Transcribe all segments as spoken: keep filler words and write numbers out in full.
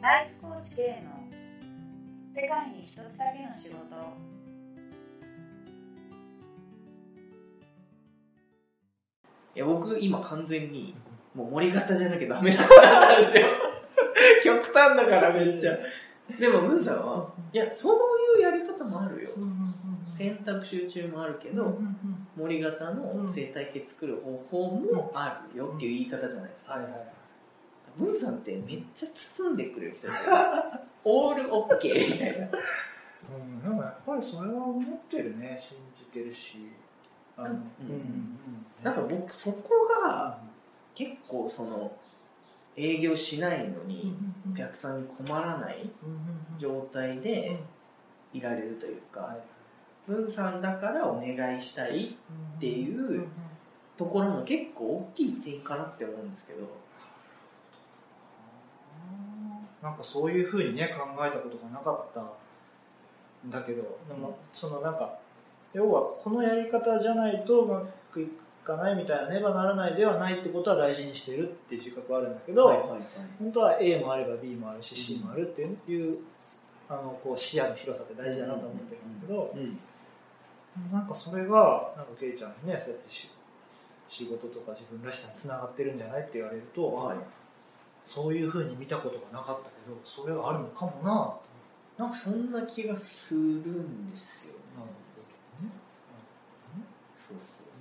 ライフコーチ K の世界に一つだけの仕事。 いや僕今完全にもう森型じゃなきゃダメだったんですよ極端だからめっちゃ。でも文さんはいやそういうやり方もあるよ、選択集中もあるけど森型の生態系作る方法もあるよっていう言い方じゃないですか。文さんってめっちゃ包んでくれる人ですよオールオッケーみたいな。 うん、でもやっぱりそれは思ってるね、信じてるし、あの、うんうんうん、 なんか僕そこが結構その営業しないのにお客さんに困らない状態でいられるというか、文さんだからお願いしたいっていうところも結構大きい一因かなって思うんですけど。 なんかそういう風にね考えたことがなかったんだけど、でもそのなんか要はこのやり方じゃないとうまくいかないみたいな、ねばならないではないってことは大事にしてるっていう自覚はあるんだけど、はいはいはい、本当は A もあれば B もあるし C もあるっていう、あのこう視野の広さって大事だなと思ってるんだけど、うんうんうん、なんかそれがなんかケイちゃんにねそうやって仕事とか自分らしさにつながってるんじゃないって言われると、はい、そういう風に見たことがなかったけどそれがあるのかもな。 なんかそんな気がするんですよ。なるほどね。そう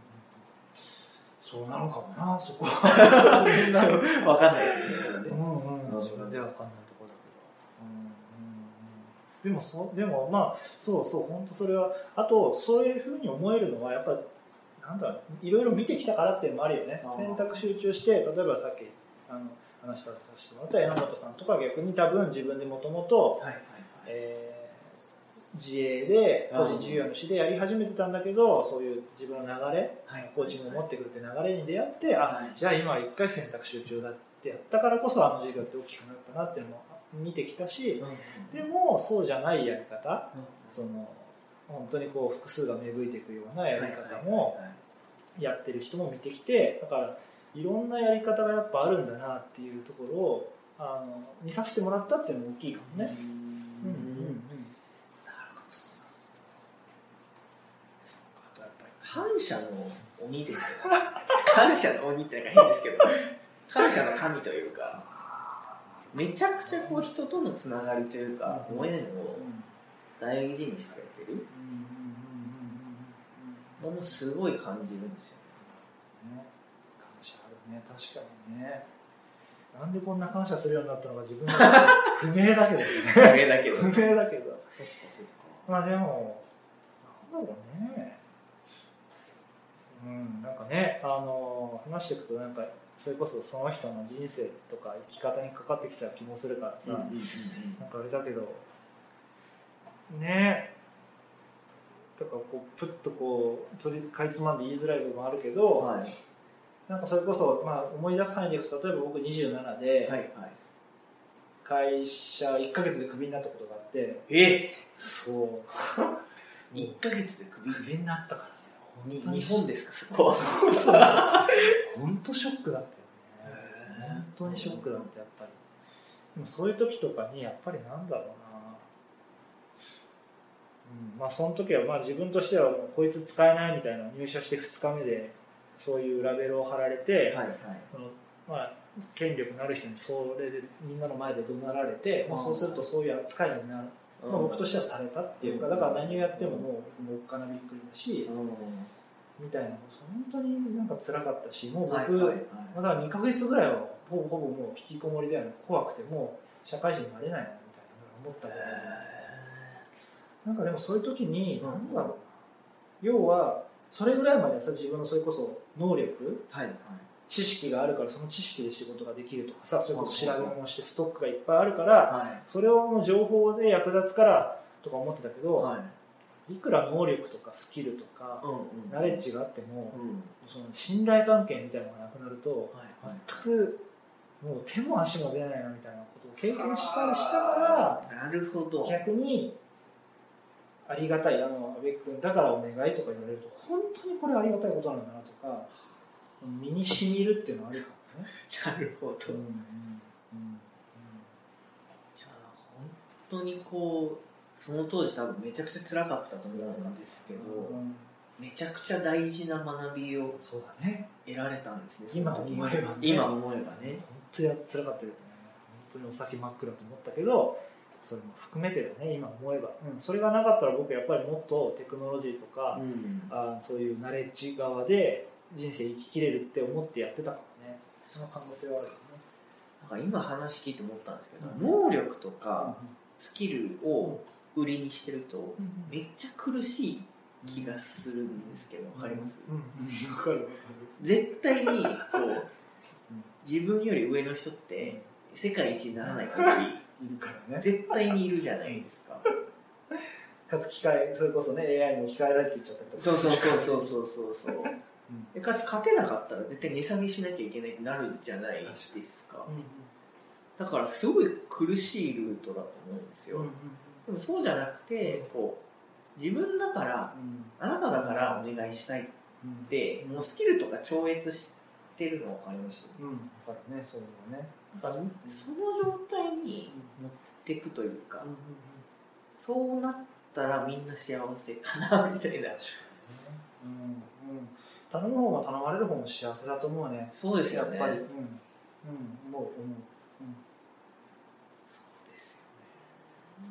そう。そうなのかもな、そこは。 わかんないですね。 うんうん。自分ではわかんないところだけど。うんうんうん。でもそでもまあそうそう本当それはあとそういう風に思えるのはやっぱなんだいろいろ見てきたからっていうのもあるよね。選択集中して例えばさっきあの話させてもらった榎本さんとか逆に多分自分でもともと自営で個人事業主でやり始めてたんだけどそういう自分の流れ、はい、コーチングを持ってくるって流れに出会って、はい、あじゃあ今は一回選択集中だってやったからこそあの事業って大きくなったなっていうのも見てきたし、うん、でもそうじゃないやり方、うん、その本当にこう複数が芽吹いていくようなやり方もやってる人も見てきてだからいろんなやり方がやっぱあるんだなっていうところをあの見させてもらったっていうのも大きいかもね。うんうんうん。 なるほど。そうか。あとやっぱり感謝の鬼ですよ。感謝の鬼ってなんか変ですけど、感謝の神というか、めちゃくちゃこう人とのつながりというか、ご縁を大事にされてるのもすごい感じるんですよね。 ね、確かにね。なんでこんな感謝するようになったのか自分は不明だけどね。 不明だけど。 不明だけど。まあでもなんだろうね。うん、なんかね、あの話していくとなんかそれこそその人の人生とか生き方にかかってきちゃう気もするからさ、うんうんうんうん、なんかあれだけどね。だからこうプッとこう取りかいつまんで言いづらい部分あるけど。はい、なんかそれこそ、まあ、思い出す範囲でいくと例えば僕にじゅうななで、はいはい、会社いっかげつでクビになったことがあってえそういっかげつでクビクビになったからね。 日本ですかそこは。 そうそう本当ショックだったよね。本当にショックだったやっぱり。でもそういう時とかにやっぱりなんだろうな、うん、まあその時はまあ自分としてはこいつ使えないみたいな入社してふつかめでそういうラベルを貼られて、はいはい、そのまあ、権力のある人にそれでみんなの前で怒鳴られて、まあ、そうするとそういう扱いになる、まあ、僕としてはされたっていうかだから何をやってももう僕もおっかなびっくりだし、みたいな本当になんか辛かったしもう僕、はいはいはい、だからにかげつぐらいはほぼほぼもう引きこもりではなく怖くてもう社会人になれないなみたいな思ったけど、なんかでもそういう時に何だろうな、要はそれぐらいまではさ自分のそれこそ能力、はいはい、知識があるからその知識で仕事ができるとかさそれこそ調べ物してストックがいっぱいあるから、はい、それを情報で役立つからとか思ってたけど、はい、いくら能力とかスキルとか、うんうん、ナレッジがあっても、うん、その信頼関係みたいなのがなくなると、はいはい、全くもう手も足も出ないなみたいなことを経験したりしたからなるほど逆にありがたいあの阿部君だからお願いとか言われると本当にこれありがたいことなんだなとか身に染みるっていうのはあるかもね。 なるほど、うんうんうん、 当にこうその当時多分めちゃくちゃ辛かったと思うんですけど、うん、めちゃくちゃ大事な学びをそうだね得られたんですね。 今思えばね今思えばね本当に辛かったよね。本当にお先真っ暗と思ったけどそれも含めてだね今思えば、うん、それがなかったら僕やっぱりもっとテクノロジーとか、うん、あそういうナレッジ側で人生生ききれるって思ってやってたからね。その可能性はあるよね。 なんか今話聞いて思ったんですけど、うん、能力とかスキルを売りにしてるとめっちゃ苦しい気がするんですけど、わかります？ うんうん、わかる。 絶対にこう自分より上の人って世界一にならない限りいるからね。 絶対にいるじゃないですか。 かつ機械それこそね エーアイ に置き換えられていっちゃったりとか。 そうそうそうそうそうそうそう。うん、かつ勝てなかったら絶対値下げしなきゃいけないってなるじゃないですか。うんうん、だからすごい苦しいルートだと思うんですよ。うんうん、でもそうじゃなくてこう自分だから、うん、あなただからお願いしたいって、うん、もうスキルとか超越してるの分かります？ うん、分かるね、そういうのね。 だからその状態に持っていくというか、うんうんうん、そうなったらみんな幸せかなみたいな。 うんうん、頼む方が頼まれる方も幸せだと思うね。 そうですよね。 やっぱり、うん、うん、思う思う、うん、 そうですよね。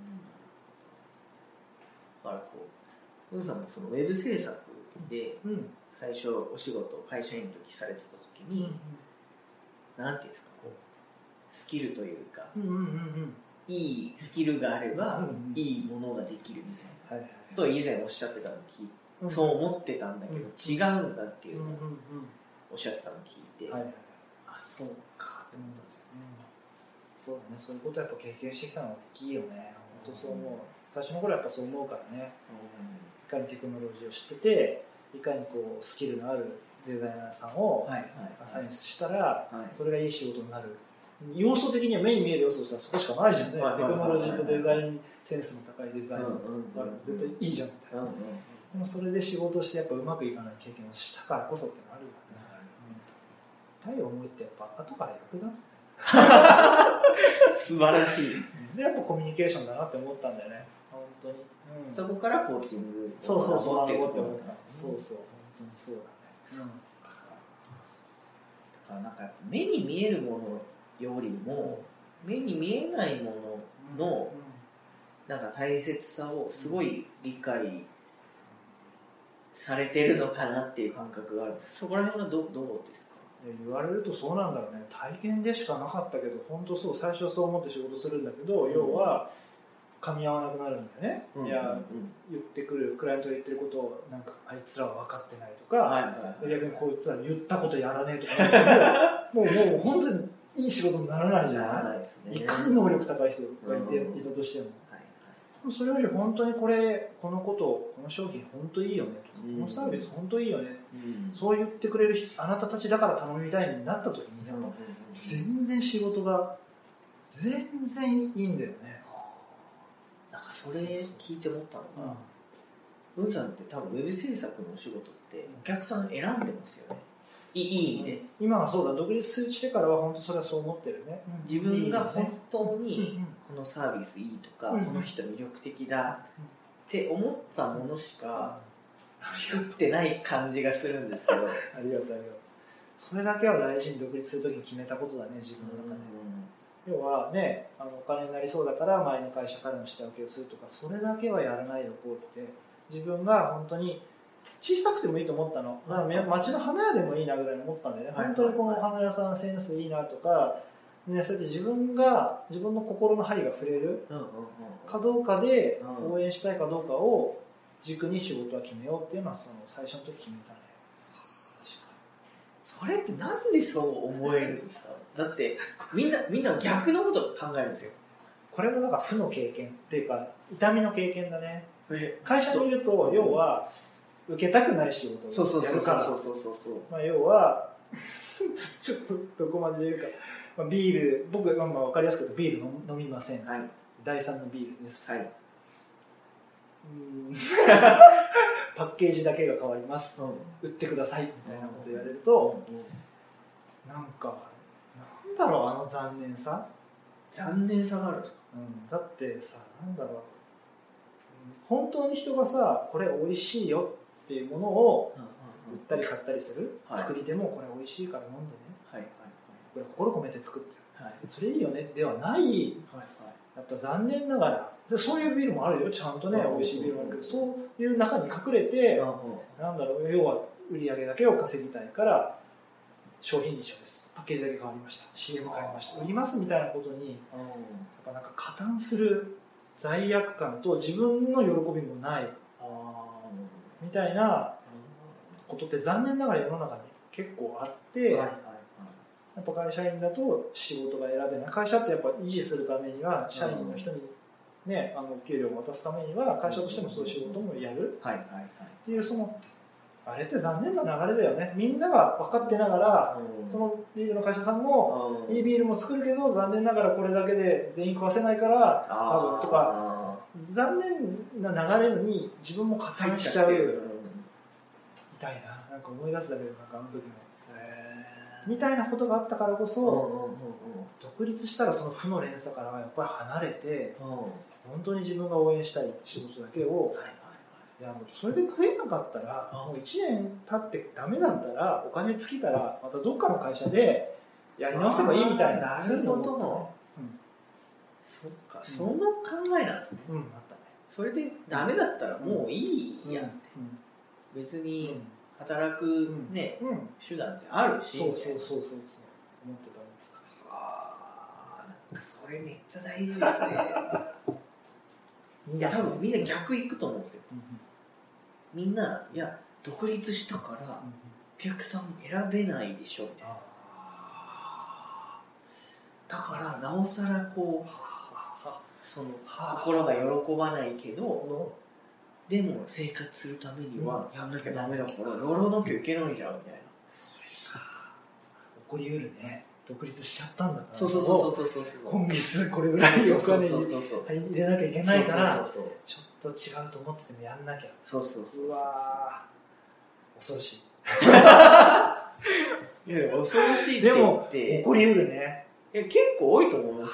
だからこう、ムンさんもそのウェブ制作で最初お仕事会社員の時されてた時に、うんうん、なんていうんですかこうスキルというか、うんうんうんうん、いいスキルがあれば、うんうん、いいものができるみたいな、はいはいはい、と以前おっしゃってたのを聞いて。そう思ってたんだけど、うん、違うんだっていうのをおっしゃってたのを聞いて、はいはい、あ、そうかって思ったんですよね、 うん、そうだね、そういうことやっぱ経験してきたのは大きいよね。本当そう思う、うん、最初の頃はやっぱそう思うからね、うん、いかにテクノロジーを知ってていかにこうスキルのあるデザイナーさんをアサインしたら、はいはいはい、それがいい仕事になる。要素的には目に見える要素としてはそこしかないじゃんね、はいはいはいはい、テクノロジーとデザインセンスの高いデザインが絶対いいじゃんみたいな、うんうんうん、でもそれで仕事してやっぱうまくいかない経験をしたからこそってのあるよね。痛い思いってやっぱ後から役立つ素晴らしい。 でやっぱコミュニケーションだなって思ったんだよね本当に、 うん、そこからコーチングそうそうそうって思った、そうそう本当にそうだね、うん、 だからなんかやっぱ目に見えるものよりも目に見えないもののなんか大切さをすごい理解されてるのかなっていう感覚があるんです。そこら辺は ど, どうですか？ 言われるとそうなんだろうね。体験でしかなかったけど本当そう、最初はそう思って仕事するんだけど、うん、要は噛み合わなくなるんだよね、うん、いや、うん、言ってくるクライアントが言ってることをなんかあいつらは分かってないとか、はいはいはい、逆にこいつら言ったことやらねえとかもうもう本当にいい仕事にならないじゃない、ならないですね、いかに能力高い人がいて、うん、いたとしても、それより本当にこれこのことこの商品本当いいよねとか、うん、このサービス本当いいよね、うん、そう言ってくれる人あなたたちだから頼みたいになった時に、うん、全然仕事が全然いいんだよね。 なんかそれ聞いて思ったのが、うん、うんさんって多分ウェブ制作のお仕事ってお客さん選んでますよね。いい意味で、 今はそうだ、独立してからは本当それはそう思ってるね。 自分が本当にこのサービスいいとか、うん、この人魅力的だって思ったものしか作ってない感じがするんですけど。 ありがとうありがとう。それだけは大事に独立するときに決めたことだね、自分の中で。要はね、あのお金になりそうだから前の会社からの下請けをするとか、それだけはやらないでおこうって、自分が本当に小さくてもいいと思ったの。だから街の花屋でもいいなぐらいに思ったんだよね。はい、本当にこの花屋さんセンスいいなとか、ね、そうやって自分が自分の心の針が触れるかどうかで応援したいかどうかを軸に仕事は決めようっていうのはその最初の時決めたね。 それってなんでそう思えるんですか？だってみんなみんな逆のことを考えるんですよ。 これもなんか負の経験っていうか痛みの経験だね。会社にいると要は受けたくない仕事をやるから、要はちょっとどこまで言えるか、まあ、ビール僕はまあ分かりやすくビール飲みません、はい、だいさんのビールです、はい、うーんパッケージだけが変わります、うん、売ってくださいみたいなこと言われると、うん、なんかなんだろうあの残念さ残念さがあるんですか？ うん、だってさ、なんだろう、本当に人がさ、これ美味しいよっていうものを売ったり買ったりする、はい、作り手もこれ美味しいから飲んでね、はいはいはい、これ心込めて作ってる、はい、それいいよねではない、はいはい、やっぱ残念ながらそういうビールもあるよ、ちゃんとね、美味しいビールもあるけど、そういう中に隠れて、なんだろう、要は売り上げだけを稼ぎたいから商品に一緒です、パッケージだけ変わりました、 シーエム 変えました、売りますみたいなことにやっぱなんか加担する罪悪感と自分の喜びもないみたいなことって残念ながら世の中に結構あって、はいはいはい、やっぱ会社員だと仕事が選べない、会社ってやっぱ維持するためには社員の人に、ね、あの給料を渡すためには会社としてもそういう仕事もやる、はいはいはい、っていうそのあれって残念な流れだよね。みんなが分かってながら、うん、そのビールの会社さんも、うん、いいビールも作るけど残念ながらこれだけで全員食わせないから多分とか、残念な流れに自分も加担しちゃう、うん、みたいな、なんか思い出すだけでなんかあの時も、えー、みたいなことがあったからこそ、うんうんうんうん、独立したらその負の連鎖からやっぱり離れて、うん、本当に自分が応援したい仕事だけを、はい、いやもうそれで食えなかったら、もういちねん経ってダメだったらお金尽きたらまたどっかの会社でやり直せばいいみたいな。 なるほど、うん、そっか、その考えなんですね、うんうん、あったね。それでダメだったらもういいやんって、うんうん、別に働く、ね、うん、手段ってあるし、 そうそうそうそうそう思ってた。 はあ、なんかそれめっちゃ大事ですねいや多分みんな逆行くと思うんですよ、うんうん、みんないや独立したからお客さん選べないでしょみたいな、だからなおさらこうその心が喜ばないけどでも生活するためにはやんなきゃダメだからやらなきゃいけないじゃんみたいな。 それか起こりうるね。独立しちゃったんだから、 そうそうそうそうそうそう、 今月これぐらいお金に入れなきゃいけないからちょっと違うと思っててもやんなきゃ。 そうそうそう、 うわ恐ろしいいや恐ろしいって言ってでも起こりうるね。 いや結構多いと思いますよ。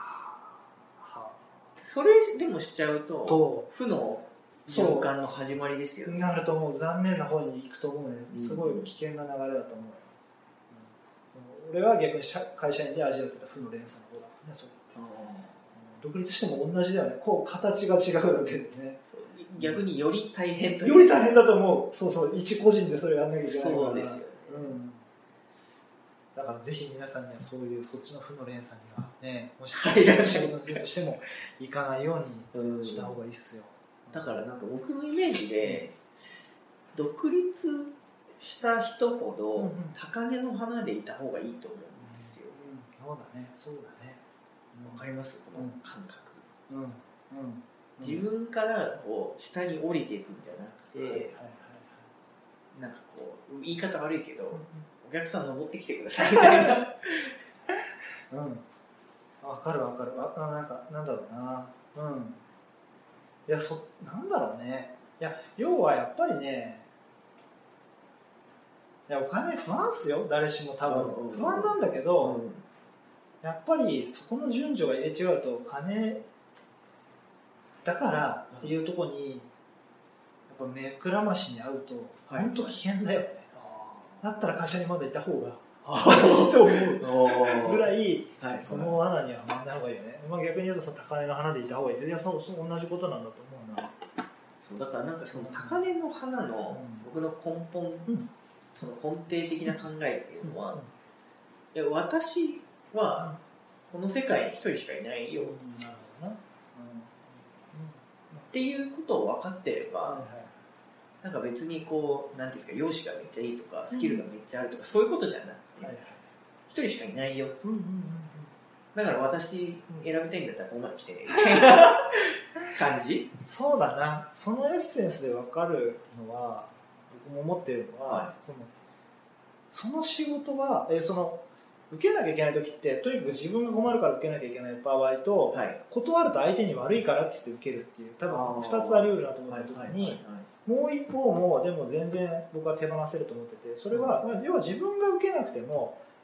それでもしちゃうとと負の循環の始まりですよね。 なるともう残念な方に行くと思うね。すごい危険な流れだと思うよ。俺は逆に会社員で味わってた負の連鎖の方だからね。それ独立しても同じだよね。こう形が違うだけでね。 逆により大変というより大変だと思う。そうそう、一個人でそれやんなきゃいけないから。 そうですよね、 うん、だからぜひ皆さんにはそういうそっちの負の連鎖にはね、もし仕事としても行かないようにした方がいいっすよ。 だからなんか僕のイメージで独立した人ほど高嶺の花でいた方がいいと思うんですよ、 うんうん、そうだね、そうだね。 わかりますこの感覚、 うんうん、 自分からこう下に降りていくんじゃなくて、はいはいはい、なんかこう言い方悪いけど、うんうん、お客さん登ってきてくださいみたいなうん、わかるわかる。あ、なんかなんだろうな、うん、いやそなんだろうね。いや要はやっぱりね、いやお金不安っすよ、誰しも多分、うんうん、不安なんだけど、うん、やっぱりそこの順序が入れ違うと金だからっていうところにやっぱ目くらましに遭うと本当危険だよね、はい、だったら会社にまだいた方がいいと思うぐらい、はい、その穴にはまんない方がいいよね、まあ、逆に言うとその高嶺の花でいた方がいい。いやそうそう同じことなんだと思うな。 そうだからなんかその高嶺の花の僕の根本、うん、その根底的な考えっていうのは、うん、いや私はこの世界に一人しかいないよ、うん、なるほどな、うん、っていうことを分かってれば、はいはい、なんか別にこうなんていうんですか、容姿がめっちゃいいとかスキルがめっちゃあるとか、うん、そういうことじゃなくて、はいはい、一人しかいないよ、うんうんうんうん、だから私選びたいんだったらここまで来てねみたいな感じ。 そうだな、そのエッセンスで分かるのは僕も思っているのは、はい、そのその仕事は、えー、その受けなきゃいけない時ってとにかく自分が困るから受けなきゃいけない場合と、はい、断ると相手に悪いからって言って受けるっていう多分ふたつあり得るなと思った時に、はいはいはいはい、もう一方もでも全然僕は手放せると思ってて、それは、うん、要は自分が受けなくても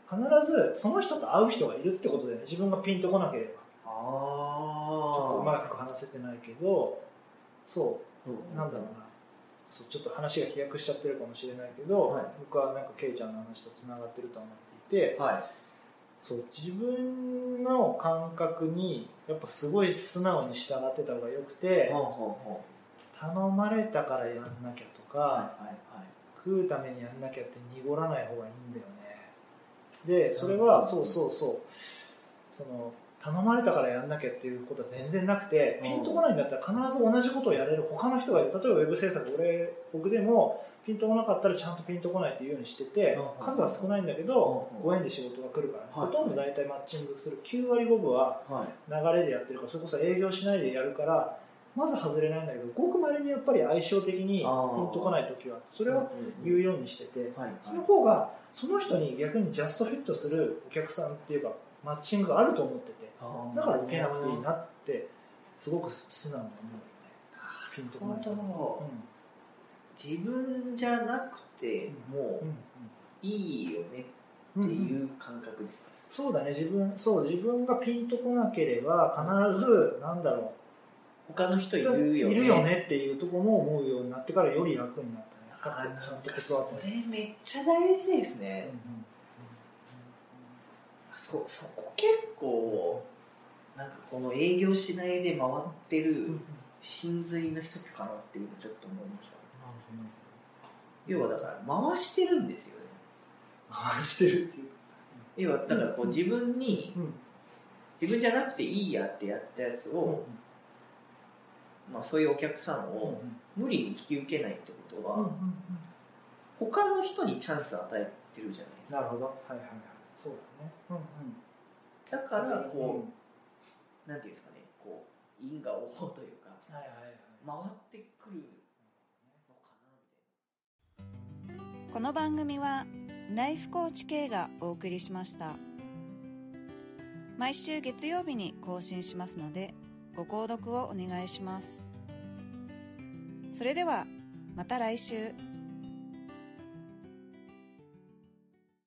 必ずその人と会う人がいるってことで、ね、自分がピンとこなければ。あちょっとうまく話せてないけど、そう、うん、なんだろうな、そうちょっと話が飛躍しちゃってるかもしれないけど、はい、僕はなんかケイちゃんの話とつながってると思っていて、はい、そう自分の感覚にやっぱすごい素直に従ってた方がよくて、ほうほうほう、頼まれたからやんなきゃとか、はいはいはい、食うためにやんなきゃって濁らない方がいいんだよね。でそれはそうそうそう、その頼まれたからやんなきゃっていうことは全然なくて、ピンとこないんだったら必ず同じことをやれる他の人がいる。例えばウェブ制作、俺僕でもピンとこなかったらちゃんとピンとこないっていうようにしてて、数は少ないんだけどごえんで仕事が来るから、ね、ほとんど大体マッチングする。きゅうわりごぶは流れでやってるから、それこそ営業しないでやるからまず外れないんだけど、ごくまれにやっぱり相性的にピンとこない時はそれを言うようにしてて、その方がその人に逆にジャストフィットするお客さんっていうかマッチングがあると思ってて、だから受けなくていいなってすごく素直に思うよね。ピンとこないと、うん、 自分じゃなくてもいいよねっていう感覚ですか、 うんうん、そうだね。自分そう自分がピンとこなければ必ずなんだろう他の人いるよねいるよねっていうところも思うようになってからより楽になったね。 あなんかそれめっちゃ大事ですね、うんうん、そ, そこ結構なんかこの営業しないで回ってる真髄の一つかなっていうのをちょっと思いました、うん、要はだから回してるんですよね。 回してるっていう要はだからこう自分に、うん、自分じゃなくていいやってやったやつを、うん、まあそういうお客さんを無理に引き受けないってことは、うんうんうん、他の人にチャンスを与えてるじゃないですか。 なるほど、はいはいはい、そうだね、うんうん、 だからこう、うん、なんていうんですかね、こう因果応報というか、はいはいはい、回ってくるのかなみたいな。 この番組はライフコーチKがお送りしました。毎週月曜日に更新しますのでご購読をお願いします。それではまた来週。